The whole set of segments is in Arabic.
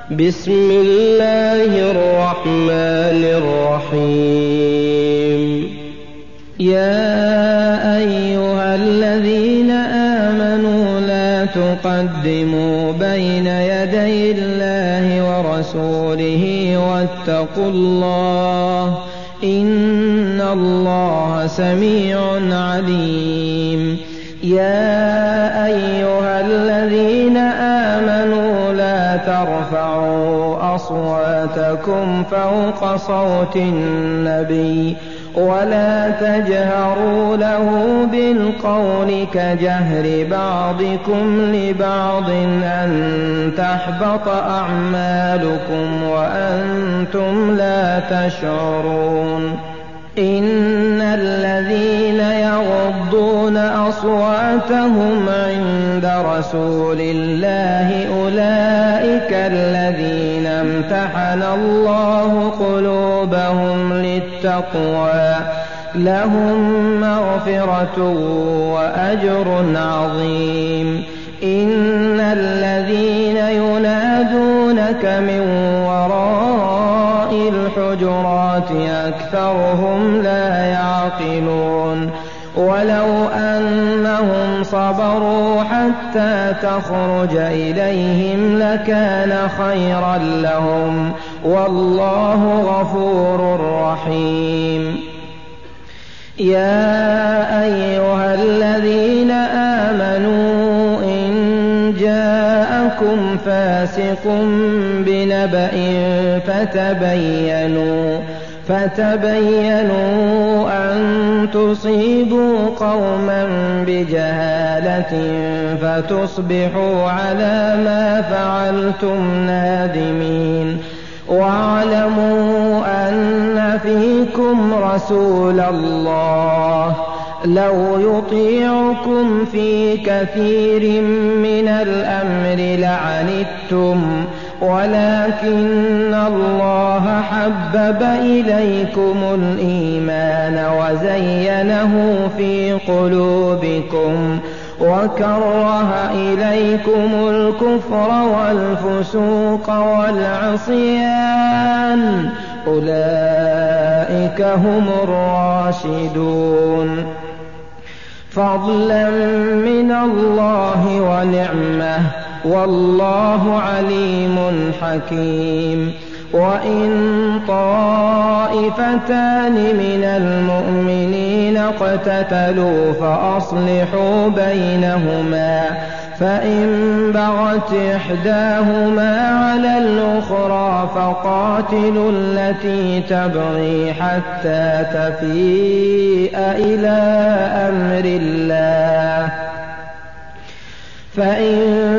بسم الله الرحمن الرحيم. يا أيها الذين آمنوا لا تقدموا بين يدي الله ورسوله واتقوا الله إن الله سميع عليم. يا أيها الذين آمنوا لا ترفعوا أصواتكم فوق صوت النبي ولا تجهروا له بالقول كجهر بعضكم لبعض أن تحبط أعمالكم وأنتم لا تشعرون. إن الذين يغضون أصواتهم عند رسول الله أولئك الذين امتحن الله قلوبهم للتقوى لهم مغفرة وأجر عظيم. إن الذين ينادونك من وراء الحجرات أكثرهم لا يعقلون. ولو أنهم صبروا حتى تخرج إليهم لكان خيرا لهم والله غفور رحيم. يا أيها الذين آمنوا إن جاءكم فاسق بنبأ فتبينوا أن تصيبوا قوما بجهالة فتصبحوا على ما فعلتم نادمين. واعلموا أن فيكم رسول الله لو يطيعكم في كثير من الأمر لعنتم ولكن الله حبب إليكم الإيمان وزينه في قلوبكم وكره إليكم الكفر والفسوق والعصيان أولئك هم الراشدون. فضلا من الله ونعمة والله عليم حكيم. وإن طائفتان من المؤمنين اقتتلوا فأصلحوا بينهما فإن بغت إحداهما على الأخرى فقاتلوا التي تبغي حتى تفيء إلى أمر الله فإن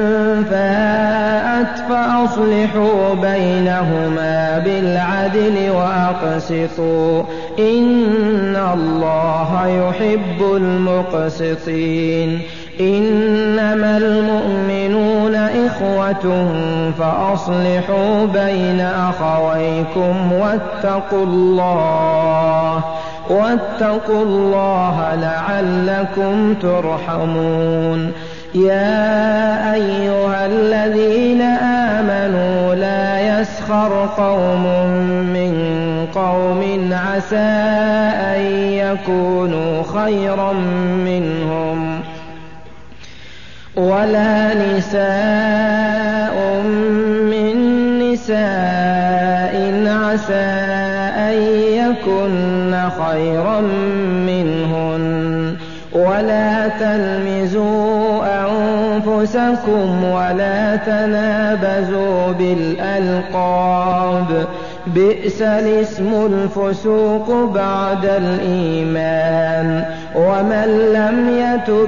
فاءت فأصلحوا بينهما بالعدل وأقسطوا إن الله يحب المقسطين. إنما المؤمنون إخوة فأصلحوا بين أخويكم واتقوا الله لعلكم ترحمون. يا أيها الذين آمنوا لا يسخر قوم من قوم عسى أن يكونوا خيرا منهم ولا نساء من نساء عسى أن يكن خيرا منهن ولا تلمزوا أنفسكم ولا تنابزوا بالألقاب بئس الاسم الفسوق بعد الإيمان ومن لم يتب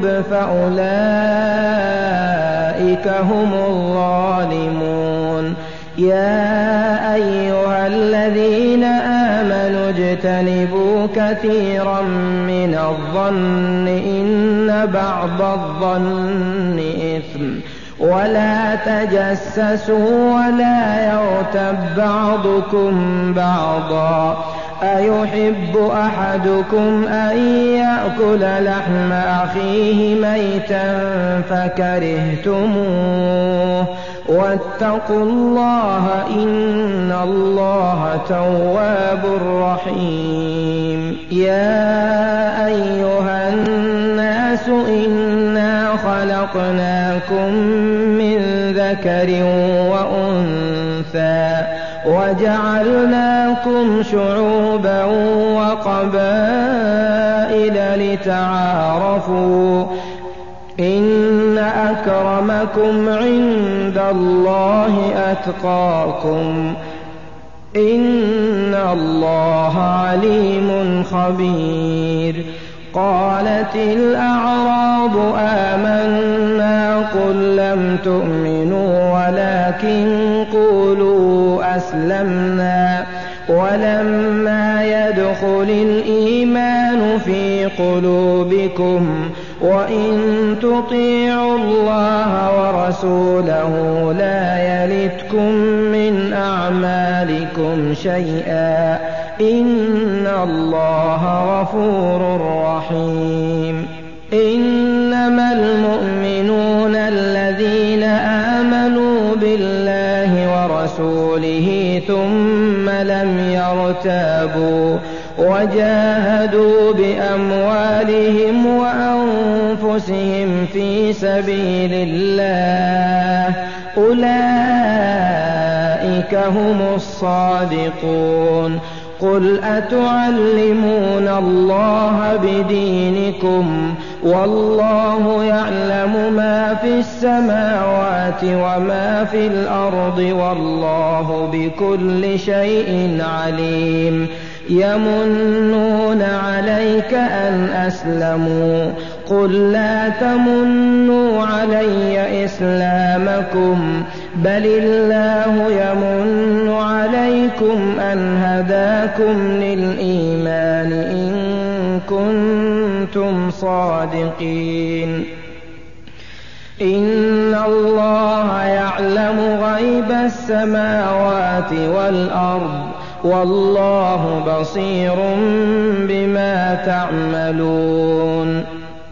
فأولئك هم الظالمون. يا أيها الذين آمنوا اجتنبوا كثيرا من الظن إن بعض الظن إثم ولا تجسسوا ولا يغتب بعضكم بعضا أيحب أحدكم أن يأكل لحم أخيه ميتا فكرهتموه واتقوا الله إن الله تواب رحيم. يا أيها الناس إنا خلقناكم من ذكر وأنثى وجعلناكم شعوبا وقبائل لتعارفوا إن أكرمكم عند الله أتقاكم إن الله عليم خبير. قالت الأعراب آمنا قل لم تؤمنوا ولكن قولوا أسلمنا ولما يدخل الإيمان في قلوبكم وإن تطيعوا الله ورسوله لا يلتكم من أعمالكم شيئا إن الله غفور رحيم. إنما المؤمنون الذين آمنوا بالله ورسوله ثم لم يرتابوا وجاهدوا بأموالهم وأنفسهم في سبيل الله أولئك هم الصادقون. قل أتعلمون الله بدينكم والله يعلم ما في السماوات وما في الأرض والله بكل شيء عليم. يمنون عليك أن أسلموا قل لا تمنوا علي إسلامكم بل الله يمن عليكم أن هداكم للإيمان إن كنتم صادقين. إن الله يعلم غيب السماوات والأرض والله بصير بما تعملون.